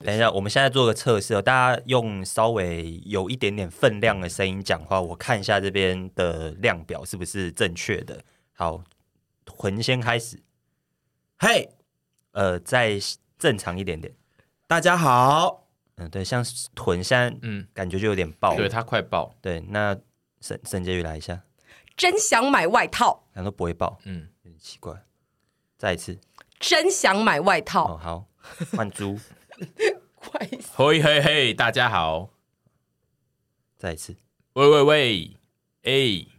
等一下，我们现在做个测试大家用稍微有一点点分量的声音讲话，我看一下这边的量表是不是正确的。好，屯先开始。 嘿， 再正常一点点。 大家好。 对，像屯现在感觉就有点爆了， 对他快爆。 对，那沈婕妤来一下。 真想买外套， 想说不会爆，有点奇怪。再一次， 真想买外套。 好，换猪。 快死！ 嘿嘿嘿，大家好。 再一次， 喂喂喂，哎，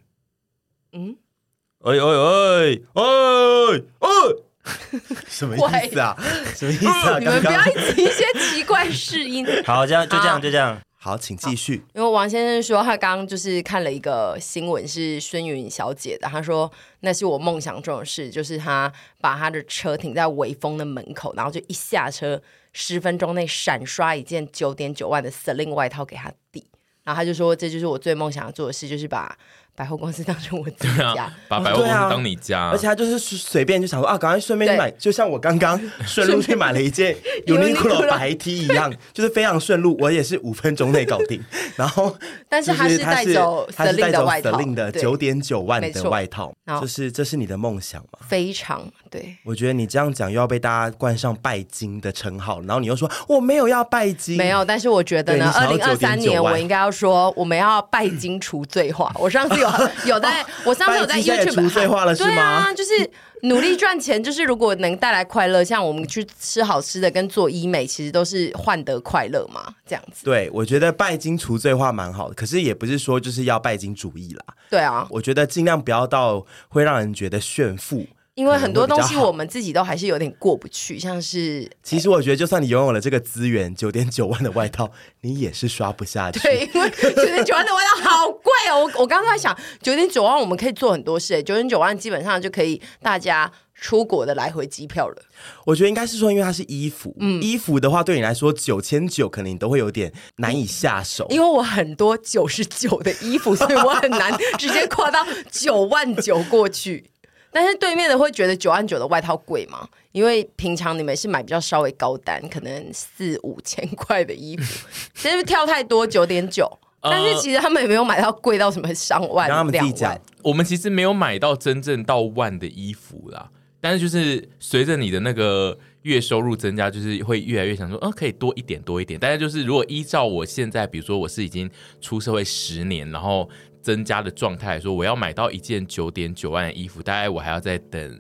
什么意思啊？什么意思啊？ 你们不要一直一些奇怪试音。 好，就这样。 好，请继续。 因为王先生说他刚刚就是看了一个新闻，是孙云小姐的，他说那是我梦想中的事，就是他把他的车停在微风的门口，然后就一下车10分钟内闪刷一件9.9万的 Celine 外套给他弟，然后他就说这就是我最梦想做的事，就是把百货公司当成我自己家， 把百货公司当你家， 而且他就是随便就想说赶快顺便去买，就像我刚刚顺路去买了一件 Uniqlo 白 T 一样，就是非常顺路，我也是5分钟内搞定。然后， 但是他是带走 Celine 的外套 ，Celine 的9.9万的外套，这是你的梦想吗？ 非常对。 我觉得你这样讲又要被大家冠上拜金的称号，然后你又说我没有要拜金， 没有，但是我觉得呢，2023年我应该要说我们要拜金除罪化。我上次我上次有在 YouTube 除罪化了是吗？对啊，就是努力赚钱，就是如果能带来快乐，像我们去吃好吃的跟做医美，其实都是换得快乐嘛，这样子。 对，我觉得拜金除罪化蛮好的，可是也不是说就是要拜金主义啦。 对啊， 我觉得尽量不要到会让人觉得炫富。 因为很多东西我们自己都还是有点过不去，像是其实我觉得就算你拥有了这个资源9.9万的外套，你也是刷不下去。 对，因为9.9万的外套好贵哦。我刚刚在想9.9万我们可以做很多事，9.9万基本上就可以大家出国的来回机票了。 我觉得应该是说，因为它是衣服，衣服的话对你来说9900可能你都会有点难以下手。 因为我很多99的衣服，所以我很难直接跨到99000过去。但是对面的会觉得99000的外套贵吗？因为平常你们是买比较稍微高单，可能4-5千块的衣服，其实跳太多9.9。但是其实他们也没有买到贵到什么上万、2万。 我们其实没有买到真正到万的衣服啦，但是就是随着你的那个月收入增加，就是会越来越想说，可以多一点。但是就是如果依照我现在，比如说我是已经出社会10年，然后增加的状态来说，我要买到一件9.9万的衣服，大概我还要再等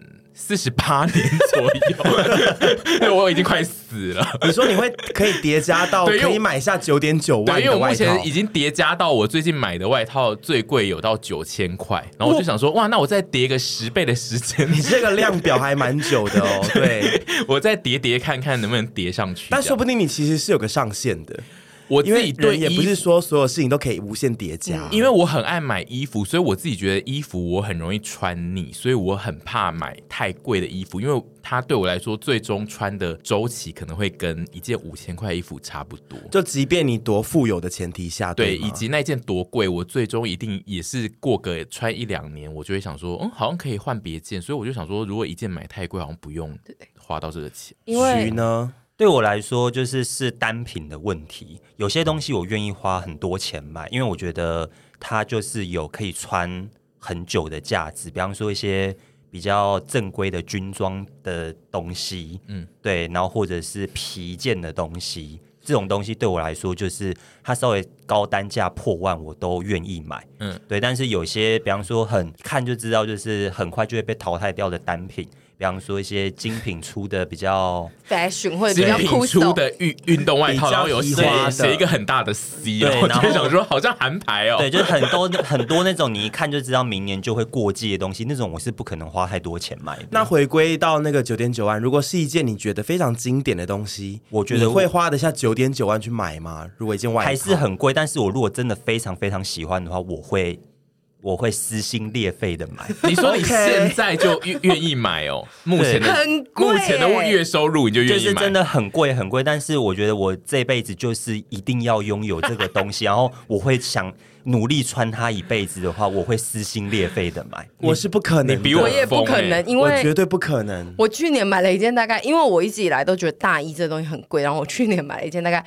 48年左右。我已经快死了。 你说你会可以叠加到可以买下9.9万的外套？ 对，因为我目前已经叠加到我最近买的外套最贵有到9000块，然后我就想说，哇，那我再叠个10倍的时间。 你这个量表还蛮久的哦。对， 我再叠看看能不能叠上去。 但说不定你其实是有个上限的。 我自己对也不是说所有事情都可以无限叠加， 因为我很爱买衣服，所以我自己觉得衣服我很容易穿腻，所以我很怕买太贵的衣服，因为它对我来说最终穿的周期可能会跟一件5000块的衣服差不多。 就即便你多富有的前提下， 对，以及那件多贵，我最终一定也是过个穿1-2年，我就会想说，好像可以换别件，所以我就想说，如果一件买太贵，好像不用花到这个钱。 因为徐呢？ 对我来说是单品的问题，有些东西我愿意花很多钱买，因为我觉得它就是有可以穿很久的价值，比方说一些比较正规的军装的东西，对，然后或者是皮件的东西，这种东西对我来说就是它稍微高单价破万我都愿意买，对，但是有些比方说很看就知道就是很快就会被淘汰掉的单品，比方说一些精品出的比较 fashion 或者比较精品出的运动外套，然后有写一个很大的 C， 然后就想说好像韩牌哦。 对，就是很多那种你一看就知道明年就会过季的东西，那种我是不可能花太多钱买的。 那回归到那个9.9万，如果是一件你觉得非常经典的东西， 我觉得你会花得下9.9万去买吗？如果一件外套还是很贵，但是我如果真的非常非常喜欢的话，我会我会撕心裂肺的买。 你说你现在就愿意买哦？目前的很贵目前的月收入你就愿意买， 就是真的很贵很贵，但是我觉得我这辈子就是一定要拥有这个东西，然后我会想努力穿它一辈子的话，我会撕心裂肺的买。 我是不可能的， 你比我我也不可能，因为我绝对不可能。 我去年买了一件大概，因为我一直以来都觉得大衣这东西很贵，然后我去年买了一件大概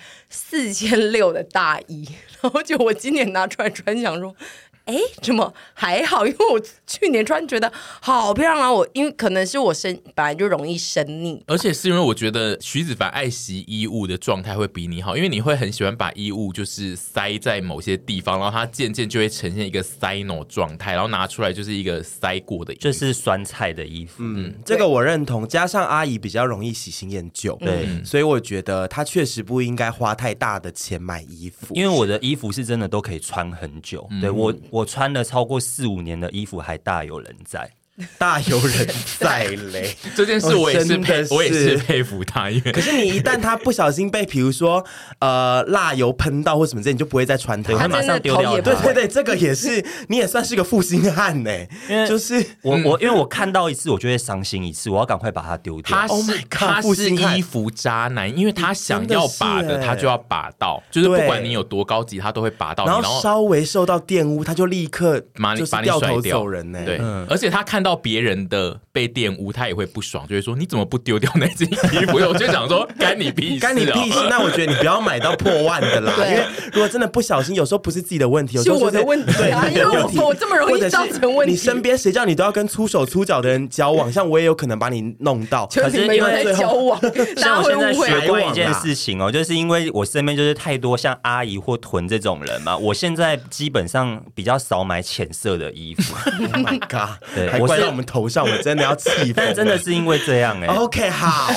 4600的大衣，然后就我今年拿出来穿，想说。怎么还好？因为我去年穿觉得好漂亮啊！因为可能是我本来就容易生腻， 而且是因为我觉得徐子凡爱惜衣物的状态会比你好，因为你会很喜欢把衣物就是塞在某些地方，然后它渐渐就会呈现一个塞 no 状态，然后拿出来就是一个塞过的衣服， 就是酸菜的衣服。 这个我认同。加上阿姨比较容易喜新厌旧， 对， 所以我觉得她确实不应该花太大的钱买衣服， 因为我的衣服是真的都可以穿很久。对我穿了超过4-5年的衣服还大有人在。 大有人在嘞。 这件事我也是我也是佩服他，因为可是你一旦他不小心被比如说蜡油喷到或什么之类，你就不会再穿它， 会马上丢掉它。 对对对，这个也是你也算是个负心汉呢，就是因为我看到一次我就会伤心一次，我要赶快把它丢掉。 他是衣服渣男，因为他想要拔的他就要拔到，就是不管你有多高级他都会拔到你， 然后稍微受到玷污他就立刻就是掉头走人呢。 对，而且他看到别人的被玷污他也会不爽，就会说你怎么不丢掉那件衣服？我就想说干你屁事， 干你屁事。那我觉得你不要买到破万的啦，因为如果真的不小心，有时候不是自己的问题，有时候是我的问题啊，因为我这么容易造成问题。 你身边谁叫你都要跟粗手粗脚的人交往，像我也有可能把你弄到。 可是因为在交往， 像我现在学过一件事情哦，就是因为我身边就是太多像阿姨或屯这种人嘛，我现在基本上比较少买浅色的衣服。 Oh my god！ 对， 还怪到我们头上，我真的要气疯。 但真的是因为这样 OK， 好，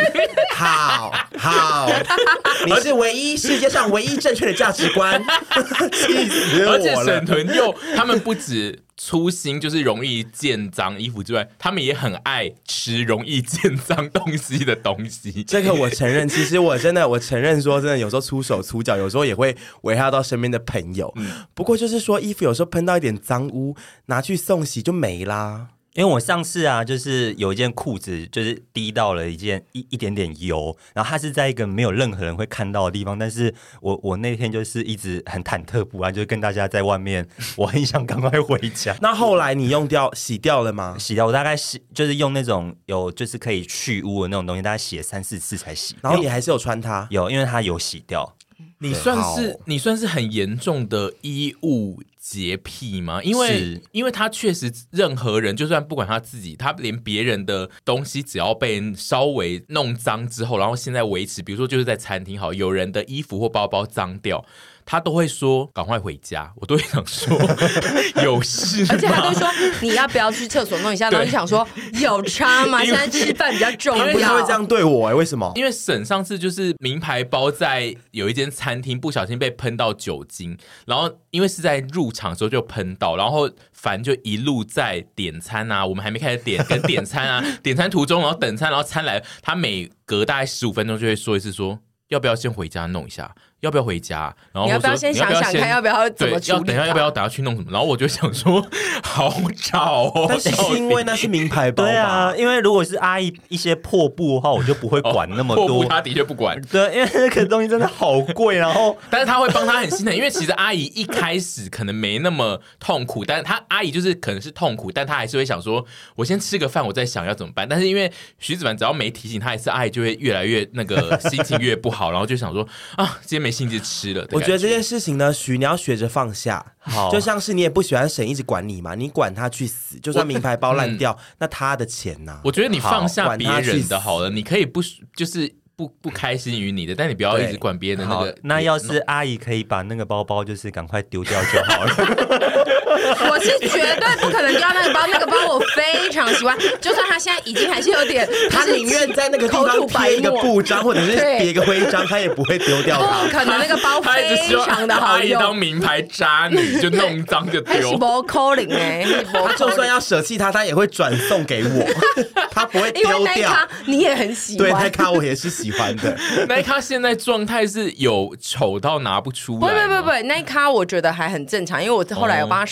你是世界上唯一正确的价值观，气死我了。 而且沈屯佑他们不止粗心，就是容易见脏衣服之外，他们也很爱吃容易见脏东西的东西。 这个我承认，其实我承认说真的，有时候粗手粗脚，有时候也会危害到身边的朋友。不过就是说，衣服有时候喷到一点脏污，拿去送洗就没啦。 因为我上次啊，就是有一件裤子，就是滴到了一点点油，然后它是在一个没有任何人会看到的地方，但是我那天就是一直很忐忑不安，就是跟大家在外面，我很想赶快回家。 那后来你洗掉了吗？ 洗掉，我大概就是用那种就是可以去污的那种东西，大概洗了3-4次才洗。 然后你还是有穿它？ 有，因为它有洗掉。 你算是很严重的衣物洁癖吗？因为他确实任何人，就算不管他自己，他连别人的东西只要被稍微弄脏之后，然后现在维持，比如说就是在餐厅好，有人的衣服或包包脏掉，他都会说赶快回家。我都会想说有事吗？ 而且他都说你要不要去厕所弄一下，然后就想说有差吗？现在吃饭比较重要。 他会这样对我为什么？ 因为沈上次就是名牌包在有一间餐厅不小心被喷到酒精，然后因为是在入场的时候就喷到，然后凡就一路在点餐啊，我们还没开始跟点餐啊，点餐途中然后等餐，然后餐来，他每隔大概15分钟就会说一次说要不要先回家弄一下，要不要回家？然后你要不要先想想看要不要怎么处理？ 等一下要不要等下去弄什么？然后我就想说，好吵哦。 但是因为那是名牌包吧？ 对啊，因为如果是阿姨一些破布的话，我就不会管那么多。 破布他的确不管， 对，因为那个东西真的好贵，然后但是他会帮他很心疼，因为其实阿姨一开始可能没那么痛苦，但是阿姨就是可能是痛苦，但他还是会想说，我先吃个饭，我再想要怎么办。但是因为徐子凡只要没提醒他一次，阿姨就会越来越那个心情越不好，然后就想说啊，今天没兴致吃了。 我觉得这件事情呢，徐你要学着放下，就像是你也不喜欢沈一直管你嘛，你管他去死，就算名牌包烂掉，那他的钱呢？ 我觉得你放下别人的好了，你可以就是不开心于你的，但你不要一直管别人的那个。 那要是阿姨可以把那个包包就是赶快丢掉就好了。 我是绝对不可能丢掉那个包，那个包我非常喜欢，就算他现在已经还是有点， 他宁愿在那个地方贴一个布章或者是别一个徽章，他也不会丢掉它。 不可能，那个包非常的好用。 阿姨当名牌渣女就弄脏就丢。 他就算要舍弃它，他也会转送给我，他不会丢掉。 因为那一卡你也很喜欢， 对，那一卡我也是喜欢的。 那一卡现在状态是有丑到拿不出来。 不，那一卡我觉得还很正常，因为我后来有帮他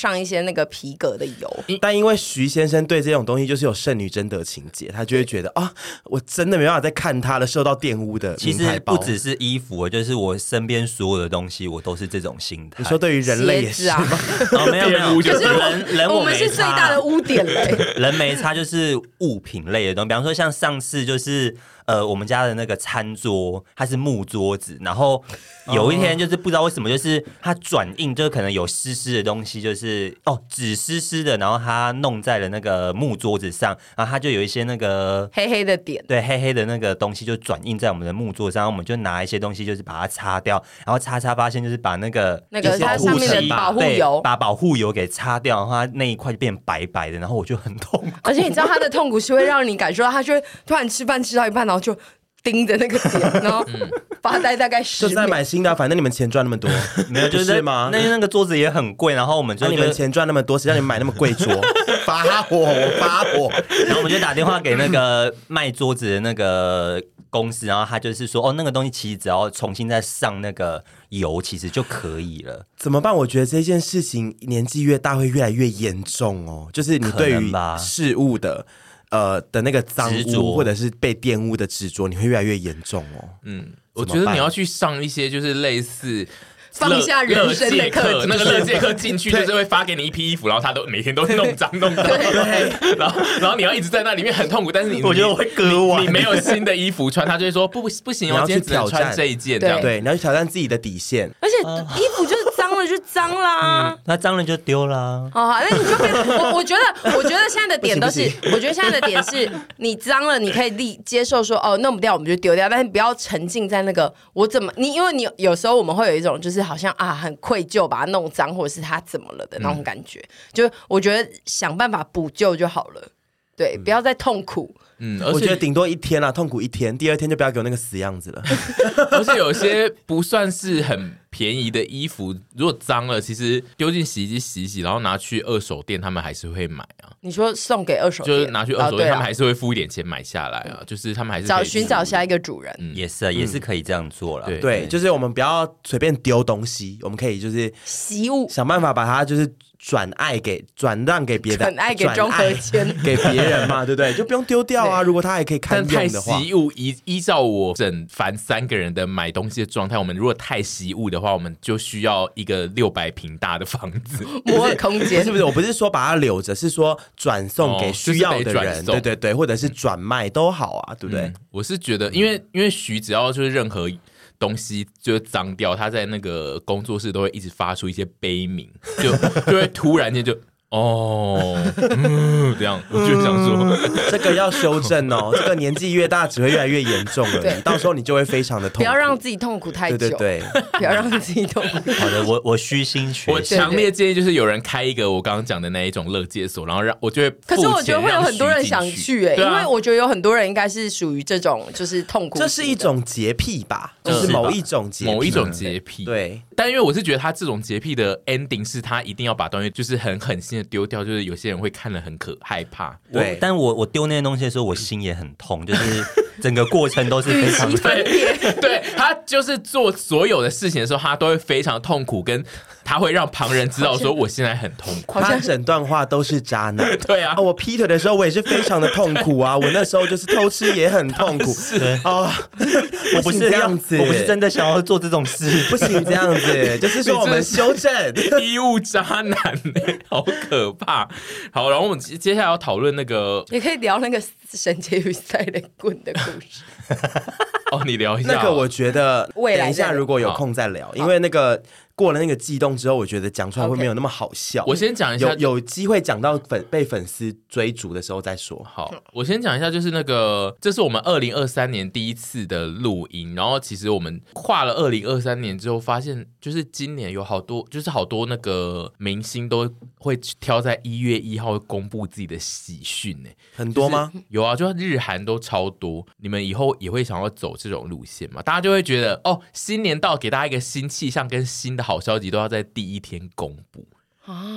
上一些那个皮革的油。 但因为徐先生对这种东西就是有剩女贞德情节，他就会觉得啊，我真的没办法再看他了，受到玷污的其名牌包。 实不只是衣服，就是我身边所有的东西，我都是这种心态。 你说对于人类也是吗？ 没有没有， 可是人我们是没差最大的污点嘞。 人没差，就是物品类的东西，比方说像上次就是我们家的那个餐桌，它是木桌子，然后有一天就是不知道为什么，就是它转印，就是可能有湿湿的东西，就是纸湿湿的，然后它弄在了那个木桌子上，然后它就有一些那个黑黑的点， 对，黑黑的那个东西就转印在我们的木桌上，然后我们就拿一些东西就是把它擦掉，然后擦发现就是把那个它上面的保护油， 把保护油给擦掉，然后它那一块就变白白的，然后我就很痛苦。 而且你知道他的痛苦是会让你感受到，他就会突然吃饭吃到一半，然后就盯着那个点，然后发呆大概10秒。 就在买新的，反正你们钱赚那么多， 没有就是吗？ 那个桌子也很贵，然后我们就你们钱赚那么多，谁让你们买那么贵桌？发火，我发火。 然后我们就打电话给那个卖桌子的那个公司，然后他就是说，那个东西其实只要重新再上那个油，其实就可以了。 怎么办？我觉得这件事情年纪越大会越来越严重哦，就是你对于事物的那个脏污或者是被玷污的执着，你会越来越严重哦。 我觉得你要去上一些就是类似。 放下人生的课， 那个乐界课进去就是会发给你一批衣服，然后他都每天都弄脏，对，然后你要一直在那里面很痛苦，但是我觉得我会割腕， 你没有新的衣服穿，他就会说不行，我今天只能穿这一件，这样对，你要去挑战自己的底线， 而且衣服就是脏了就脏啦， 那脏了就丢啦。 好，那你就我觉得现在的点都是，我觉得现在的点是你脏了，你可以接受说弄不掉我们就丢掉，但是不要沉浸在那个因为你有时候我们会有一种就是好像很愧疚把它弄脏，或者是他怎么了的那种感觉，就我觉得想办法补救就好了，对，不要再痛苦。 我觉得顶多1天啦，痛苦1天，第2天就不要给我那个死样子了。 而且有些不算是很便宜的衣服，如果脏了，其实丢进洗衣机洗一洗，然后拿去二手店，他们还是会买啊。 你说送给二手店， 就是拿去二手店，他们还是会付一点钱买下来啊。就是他们还是寻找下一个主人， 也是可以这样做了。 对，就是我们不要随便丢东西，我们可以就是习物， 想办法把它就是转让给别的， 转爱给中和谦， 给别人嘛，对不对？就不用丢掉啊。如果他还可以堪用的话， 但太习物依照我整凡3个人的买东西的状态，我们如果太习物的话，我们就需要一个600平大的房子， 摩尔空间。 是不是？我不是说把它留着，是说转送给需要的人，对对对，或者是转卖都好啊，对不对？ 我是觉得，因为徐只要就是任何东西就脏掉，他在那个工作室都会一直发出一些悲鸣，就会突然间就这样，我就想说， 这个要修正哦。这个年纪越大，只会越来越严重了。到时候你就会非常的痛苦。 不要让自己痛苦太久， 对， 不要让自己痛苦。 好的，我虚心学习。 我强烈建议就是有人开一个我刚刚讲的那一种乐界所，然后让我就会。 可是我觉得会有很多人想去因为我觉得有很多人应该是属于这种就是痛苦。 这是一种洁癖吧，就是某一种洁癖。对， 但因为我是觉得他这种洁癖的 ending 是他一定要把东西就是狠心的丢掉，就是有些人会看了很害怕。 对， 但我丢那些东西的时候，我心也很痛，就是整个过程都是非常对，他就是做所有的事情的时候，他都会非常痛苦，跟他会让旁人知道说我现在很痛苦。 他整段话都是渣男。 对啊， 我劈腿的时候我也是非常的痛苦啊，我那时候就是偷吃也很痛苦我不是这样子，我不是真的想要做这种事， 不行这样子，就是说我们修正衣物渣男好可怕。好，然后我们接下来要讨论那个， 也可以聊那个神奇与赛雷棍的故事。 你聊一下那个，我觉得等一下如果有空再聊，因为那个过了那个悸动之后，我觉得讲出来会没有那么好笑。 我先讲一下， 有机会讲到被粉丝追逐的时候再说。 好，我先讲一下，就是那个，这是我们2023年第一次的录音，然后其实我们跨了2023年之后，发现就是今年有好多那个明星都会挑在1月1号公布自己的喜讯呢， 很多吗？ 有啊，就日韩都超多。你们以后也会想要走这种路线嘛？大家就会觉得新年到，给大家一个新气象跟新的好消息都要在第一天公布啊。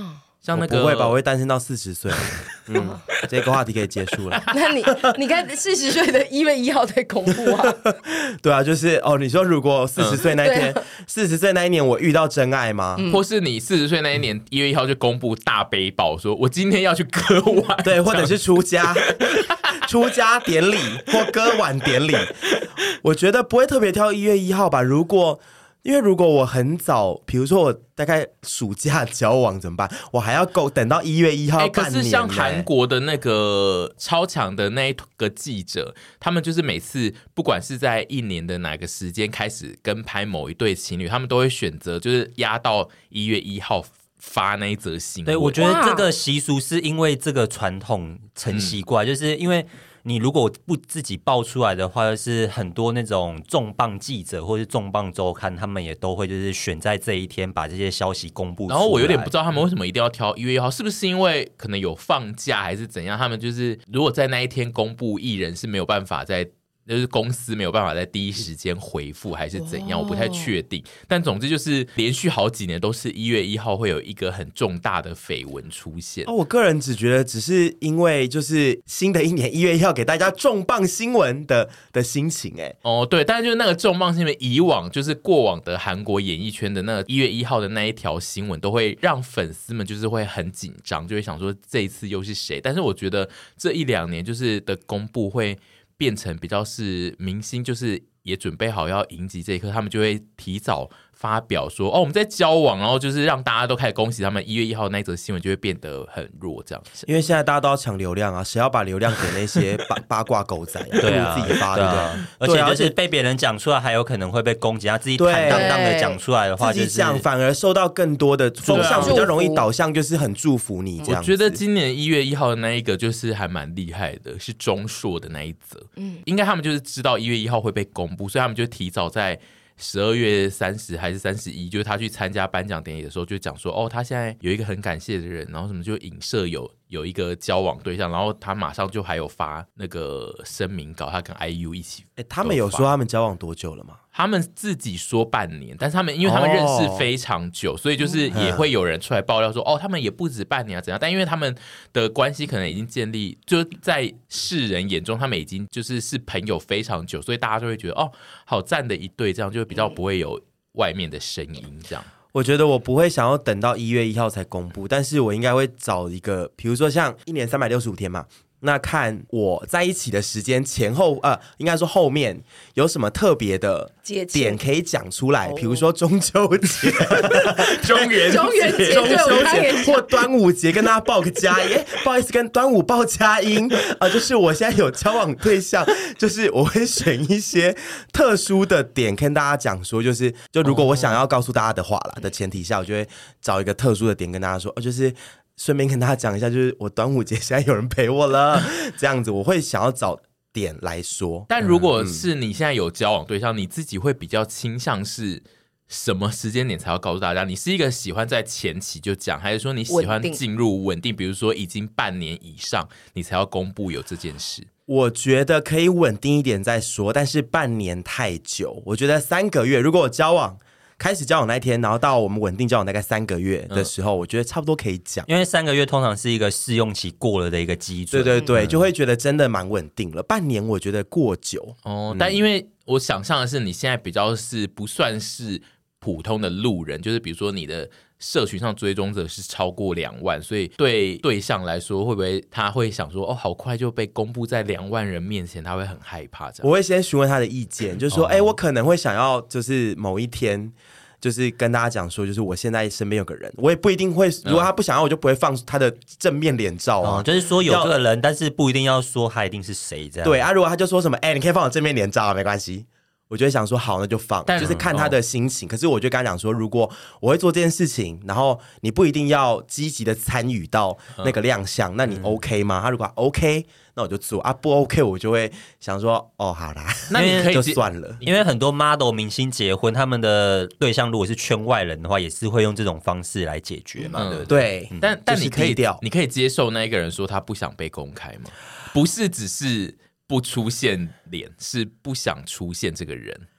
像那个不会吧？我会单身到40岁。这个话题可以结束了。 那你看40岁的1月1号才公布啊？ 对啊，就是你说如果40岁那一天，40岁那一年我遇到真爱吗？ 或是你40岁那一年1月1号就公布大悲报，说我今天要去割腕， 对，或者是出家典礼或割腕典礼，我觉得不会特别挑1月1号吧。因为如果我很早，比如说我大概暑假交往怎么办？我还要等到1月1号半年。 可是像韩国的那个超强的那一个记者，他们就是每次不管是在一年的哪个时间开始跟拍某一对情侣，他们都会选择就是压到1月1号发那一则新闻。 对，我觉得这个习俗是因为这个传统承袭过来，就是因为你如果不自己爆出来的话，就是很多那种重磅记者或是重磅周刊，他们也都会就是选在这一天把这些消息公布出来。 然后我有点不知道他们为什么一定要挑1月1号，是不是因为可能有放假还是怎样？他们就是如果在那一天公布，艺人是没有办法就是公司没有办法在第一时间回复还是怎样，我不太确定。但总之就是连续好几年都是1月1号会有一个很重大的绯闻出现。 我个人只觉得只是因为就是新的一年1月1号给大家重磅新闻的心情对，但是就是那个重磅新闻，以往就是过往的韩国演艺圈的那个1月1号的那一条新闻，都会让粉丝们就是会很紧张，就会想说这一次又是谁。但是我觉得这1-2年就是的公布会变成比较是明星，就是也准备好要迎击这一刻，他们就会提早发表说我们在交往，然后就是让大家都开始恭喜他们。1月1号那一则新闻就会变得很弱这样子。 因为现在大家都要抢流量啊，谁要把流量给那些八卦狗仔对啊， 自己发对不对？ 而且就是被别人讲出来，还有可能会被攻击。他自己坦荡荡的讲出来的话， 自己讲反而受到更多的风向，比较容易导向就是很祝福你这样子。 我觉得今年1月1号的那一个就是还蛮厉害的，是钟硕的那一则。应该他们就是知道1月1号会被公布，所以他们就提早在12月30还是31，就是他去参加颁奖典礼的时候就讲说他现在有一个很感谢的人，然后什么就影射有一个交往对象，然后他马上就还有发那个声明稿，他跟 IU 一起。 他们有说他们交往多久了吗？ 他们自己说半年，但是因为他们认识非常久，所以就是也会有人出来爆料说他们也不止半年怎样。但因为他们的关系可能已经建立，就是在世人眼中他们已经是朋友非常久，所以大家就会觉得好赞的一对，这样就比较不会有外面的声音这样。 我觉得我不会想要等到1月1号才公布，但是我应该会找一个，比如说像1年365天嘛，那看我在一起的时间前后，应该说后面有什么特别的点可以讲出来，比如说中秋节、 中元节、 中秋节或端午节，跟大家报个佳音。不好意思，跟端午报佳音就是我现在有交往对象，就是我会选一些特殊的点跟大家讲说，就如果我想要告诉大家的话啦的前提下，我就会找一个特殊的点跟大家说，就是顺便跟大家讲一下，就是我端午节现在有人陪我了，这样子我会想要找点来说。 但如果是你现在有交往对象，你自己会比较倾向是什么时间点才要告诉大家？你是一个喜欢在前期就讲，还是说你喜欢进入稳定，比如说已经半年以上你才要公布有这件事？ 我觉得可以稳定一点再说，但是半年太久，我觉得3个月，如果我开始交往那一天，然后到我们稳定交往大概3个月的时候，我觉得差不多可以讲， 因为3个月通常是一个试用期过了的一个基准。 对对对，就会觉得真的蛮稳定了。半年我觉得过久但因为我想象的是你现在比较是不算是普通的路人，就是比如说你的社群上追踪者是超过2万，所以对对象来说，会不会他会想说好快就被公布在2万人面前，他会很害怕这样？ 我会先询问他的意见，就是说我可能会想要就是某一天就是跟大家讲说，就是我现在身边有个人，我也不一定会，如果他不想要，我就不会放他的正面脸照啊。 就是说有这个人，但是不一定要说他一定是谁这样。 对啊，如果他就说什么你可以放我正面脸照啊，没关系。我就会想说好，那就放，就是看他的心情。可是我就跟他讲说，如果我会做这件事情，然后你不一定要积极的参与到那个亮相，那你 OK 吗？他如果 OK， 那我就做啊，不 OK 我就会想说好啦， 那你可以就算了。 因为很多 model 明星结婚，他们的对象如果是圈外人的话，也是会用这种方式来解决嘛，对不对？ 对，但你可以接受那一个人说他不想被公开吗？不是只是不出现脸，是不想出现这个人。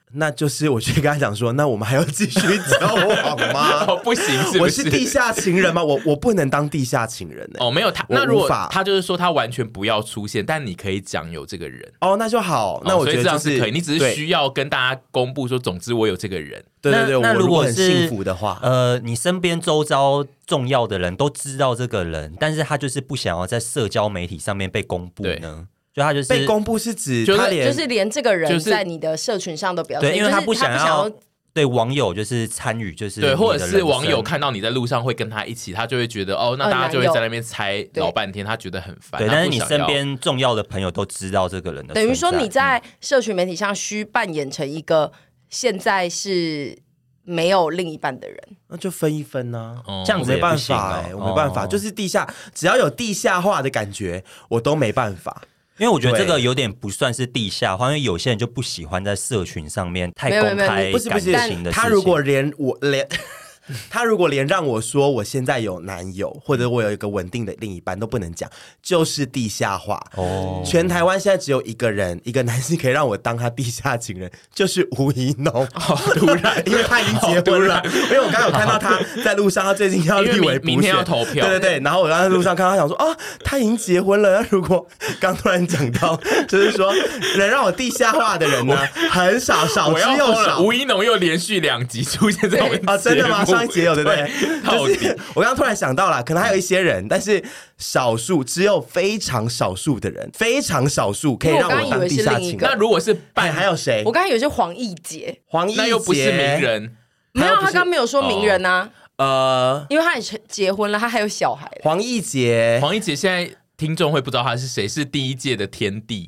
那就是我去跟他讲说，那我们还要继续交往吗？ 不行，是不是？ 我是地下情人吗？我不能当地下情人欸。 没有他。那如果他就是说他完全不要出现，但你可以讲有这个人那就好。那我觉得这样是可以，你只是需要跟大家公布说，总之我有这个人。 对， 那如果很幸福的话， 你身边周遭重要的人都知道这个人，但是他就是不想要在社交媒体上面被公布呢？就他就是被公布是指就是连这个人在你的社群上都不要， 对，因为他不想要对网友就是参与，就是对，或者是网友看到你在路上会跟他一起，他就会觉得那大家就会在那边猜老半天，他觉得很烦。 对，但是你身边重要的朋友都知道这个人的存在， 等于说你在社群媒体上需扮演成一个现在是没有另一半的人， 那就分一分啊。 这样子没办法我没办法，就是只要有地下化的感觉，我都没办法。 因为我觉得这个有点不算是地下化，因为有些人就不喜欢在社群上面太公开感情的事情。 他如果他如果连让我说我现在有男友，或者我有一个稳定的另一半都不能讲，就是地下化。全台湾现在只有一个人，一个男性可以让我当他地下情人，就是吴怡农。 突然， 因为他已经结婚了。因为我刚刚有看到他在路上，他最近要立委补选， 明天要投票。 对，然后我刚刚在路上看到他，想说他已经结婚了。那如果刚突然讲到，就是说能让我地下化的人呢，很少，少之又少。 吴怡农又连续2集出现在我们节目真的吗？上一集有对不对？就是我刚刚突然想到了，可能还有一些人，但是少数，只有非常少数的人，非常少数可以让我当地下情人。 那如果是还有谁？ 我刚刚以为是黄奕杰， 那又不是名人， 没有，他刚刚没有说名人啊。因为他也结婚了，他还有小孩。 黄奕杰现在听众会不知道他是谁，是第一届的天帝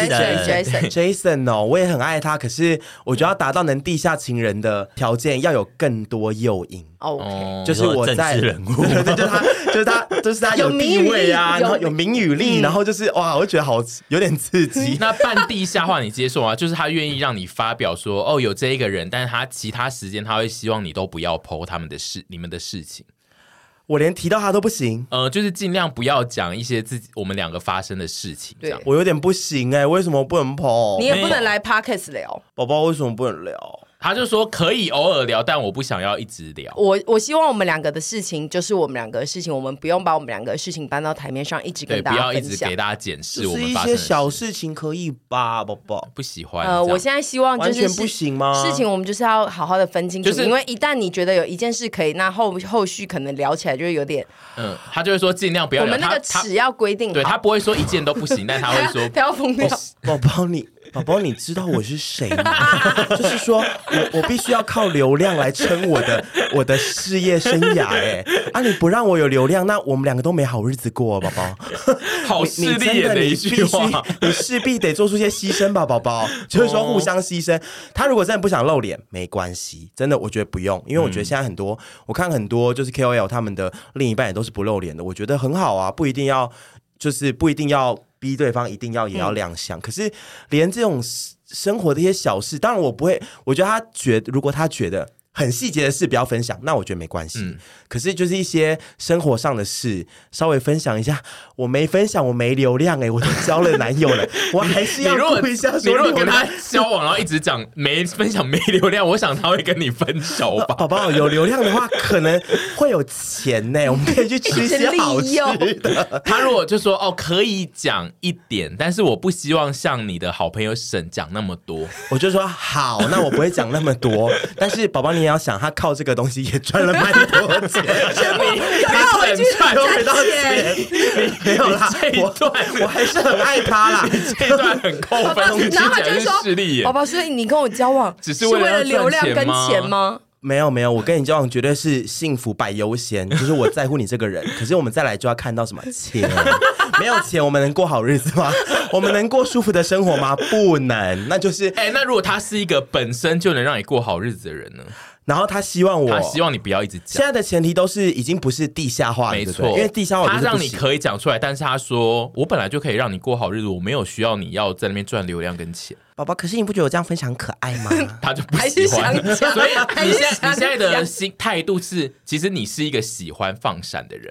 Jason 我也很爱他，可是我觉得要达到能地下情人的条件，要有更多诱因。就是我在政治人物， 就是他有地位啊，然后有名与利，然后就是哇，我就觉得好有点刺激。 那半地下化你接受吗？就是他愿意让你发表说有这一个人，但是他其他时间他会希望你都不要 po 你们的事情。 我连提到他都不行， 就是尽量不要讲一些我们两个发生的事情，这样。 我有点不行为什么不能 po？ 你也不能来 podcast 聊， 宝宝为什么不能聊？ 他就说可以偶尔聊，但我不想要一直聊。 我希望我们两个的事情就是我们两个的事情，我们不用把我们两个的事情搬到台面上，一直跟大家分享， 不要一直给大家检视我们发生的事。 就是一些小事情可以吧，宝宝不喜欢。 我现在希望就是完全不行吗？ 事情我们就是要好好的分清楚，因为一旦你觉得有一件事可以，那后续可能聊起来就会有点。 他就会说尽量不要聊。 我们那个尺要规定好。 对，他不会说一件都不行，但他会说不要疯掉。 宝宝，你知道我是谁吗？就是说我必须要靠流量来撑我的事业生涯你不让我有流量，那我们两个都没好日子过，宝宝。 好势利眼的一句话， 你势必得做出些牺牲吧，宝宝。就是说互相牺牲。他如果真的不想露脸，没关系，真的我觉得不用，因为我觉得现在我看很多就是 KOL 他们的另一半也都是不露脸的，我觉得很好啊，不一定要逼对方一定也要亮相，可是连这种生活的一些小事，当然我不会，我觉得如果他觉得很细节的事不要分享，那我觉得没关系。可是就是一些生活上的事，稍微分享一下。我没分享，我没流量我都交了男友了，我还是要顾一下说。 你如果跟他交往，然后一直讲没分享没流量，我想他会跟你分手吧。 宝宝有流量的话，可能会有钱我们可以去吃一些好吃的。 他如果就说可以讲一点，但是我不希望像你的好朋友沈讲那么多， 我就说好，那我不会讲那么多。但是宝宝你也要想，他靠这个东西也赚了蛮多钱。 你整串又回到钱，没有啦，我还是很爱他啦。 这段很扣分， 然后他就说势利眼。宝宝，所以你跟我交往只是为了流量跟钱吗？ 没有，我跟你交往绝对是幸福摆优先，就是我在乎你这个人。可是我们再来就要看到什么钱，没有钱我们能过好日子吗？我们能过舒服的生活吗？不能。那就是那如果他是一个本身就能让你过好日子的人呢？ 然后他希望你不要一直讲。 现在的前提都是已经不是地下化了， 没错， 因为地下化他让你可以讲出来，但是他说我本来就可以让你过好日子，我没有需要你要在那边赚流量跟钱。 宝宝，可是你不觉得我这样分享很可爱吗？ 他就不喜欢，所以你现在的态度是，其实你是一个喜欢放闪的人吗？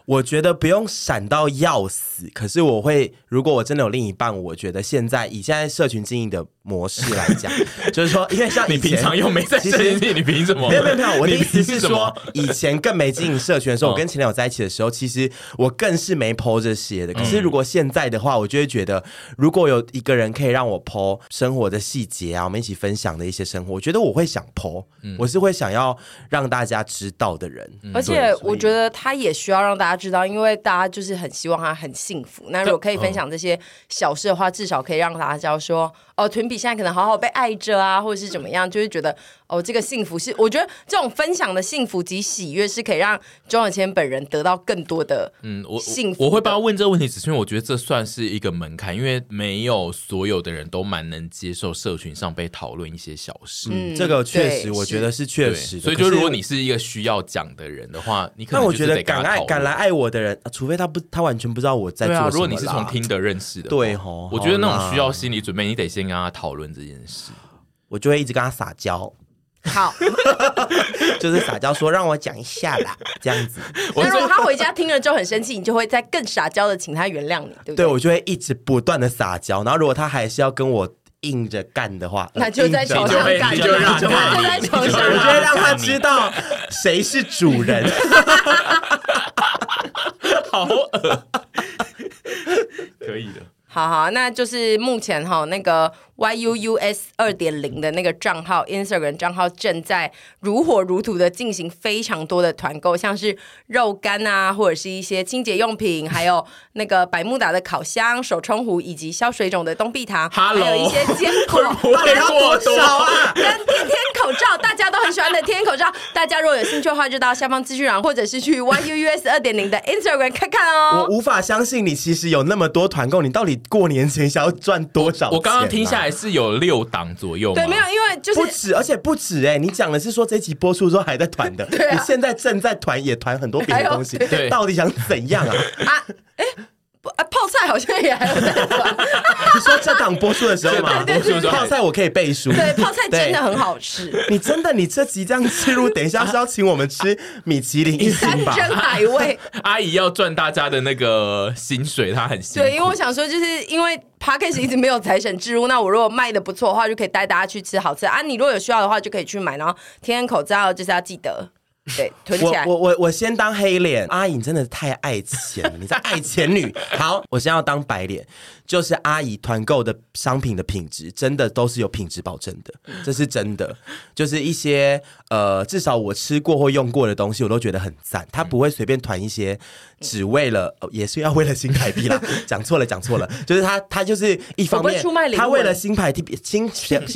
我觉得不用闪到要死，可是我会，如果我真的有另一半，我觉得以现在社群经营的模式来讲，就是说，因为像你平常又没在社群经营，你凭什么？ 没有，我的意思是什么说，以前更没经营社群的时候，我跟前男友在一起的时候，其实我更是没 po 这些的。可是如果现在的话，我就会觉得，如果有一个人可以让我 po 生活的细节啊，我们一起分享的一些生活，我觉得我会想 po，我是会想要让大家知道的人。 而且我觉得他也需要让大家知道，因为大家就是很希望他很幸福。那如果可以分享这些小事的话，至少可以让大家知道说，哦，屯比现在可能好好被爱着啊，或者是怎么样，就是觉得哦，这个幸福是，我觉得这种分享的幸福及喜悦是可以让钟有谦本人得到更多的幸福。 我会帮他问这个问题，只是因为我觉得这算是一个门槛，因为没有所有的人都蛮能接受社群上被讨论一些小事。 这个确实，我觉得是确实的。 所以就如果你是一个需要讲的人的话，你可能就是得跟他讨论。 但我觉得敢来爱我的人，除非他完全不知道我在做什么啦。 如果你是从听的认识的， 对吼， 我觉得那种需要心理准备，你得先跟他讨论这件事。 我就会一直跟他撒娇。 好， 就是撒娇说让我讲一下啦，这样子。 那如果他回家听了之后很生气，你就会再更撒娇的请他原谅你，对不对？ 对，我就会一直不断的撒娇，然后如果他还是要跟我硬着干的话， 那就在床上干， 就让就在床上， 我就会让他知道谁是主人。 好恶，可以的。 好，那就是目前那个 YUUS2.0 的那个账号 Instagram 账号正在如火如荼的进行非常多的团购，像是肉干啊，或者是一些清洁用品，还有那个百慕达的烤箱、手冲壶，以及消水肿的东碧糖，还有一些坚果， 会过多啊， 跟天天口罩，大家都很喜欢的天天口罩。大家如果有兴趣的话，就到下方资讯栏，或者是去 YUUS2.0 的 Instagram 看看哦。 我无法相信你其实有那么多团购，你到底过年前想要赚多少钱？ 我刚刚听下来是有6档左右吗？ 对，没有，因为就是不止，而且不止你讲的是说这集播出之后还在团的， 对啊， 你现在正在团，也团很多别的东西， 对， 到底想怎样啊？ 泡菜好像也还有在团。 你说这档播出的时候吗？泡菜我可以背书。 对，泡菜真的很好吃。 你这集这样置入，等一下是要请我们吃米其林1星吧？ 真海味。 阿姨要赚大家的那个薪水，她很辛苦。 对，因为我想说，就是因为 Podcast 一直没有财神置入，那我如果卖的不错的话，就可以带大家去吃好吃啊。你如果有需要的话，就可以去买。然后天天口罩就是要记得。对，囤起来。 我先当黑脸，阿姨你真的太爱钱了，你在爱钱女。好，我现在要当白脸，就是阿姨团购的商品的品质真的都是有品质保证的，这是真的。就是一些至少我吃过或用过的东西，我都觉得很赞。他不会随便团一些，只为了也是要为了新台币啦。讲错了，就是他就是一方面，他为了新台币，新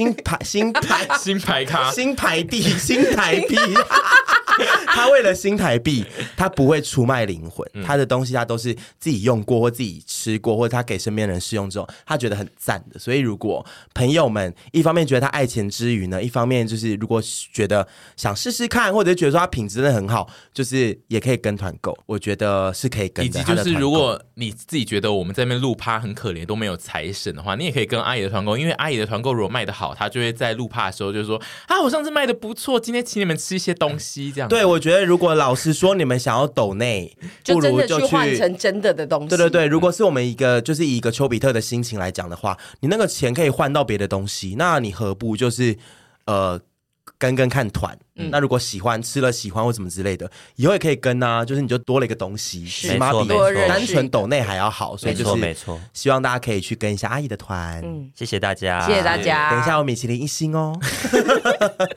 台币。他为了新台币，他不会出卖灵魂。他的东西他都是自己用过或自己吃过，或者他给身边人试用之后，他觉得很赞的。所以如果朋友们一方面觉得他爱钱之余呢，一方面就是如果觉得想试试看，或者觉得说他品质真的很好，就是也可以跟团购，我觉得是可以跟的。 以及就是如果你自己觉得我们在那边录趴很可怜，都没有财神的话，你也可以跟阿姨的团购，因为阿姨的团购如果卖得好，他就会在录趴的时候就说啊，我上次卖的不错，今天请你们吃一些东西这样。 对，我觉得如果老实说你们想要抖内， 就真的去换成真的东西。 对，如果是我们就是以一个丘比特的心情来讲的话，你那个钱可以换到别的东西，那你何不就是跟看团？那如果喜欢吃了喜欢或什么之类的，以后也可以跟啊，就是你就多了一个东西，起码比单纯抖内还要好。所以就是没错， 希望大家可以去跟一下阿姨的团。 谢谢大家， 谢谢大家。 等一下有米其林1星哦。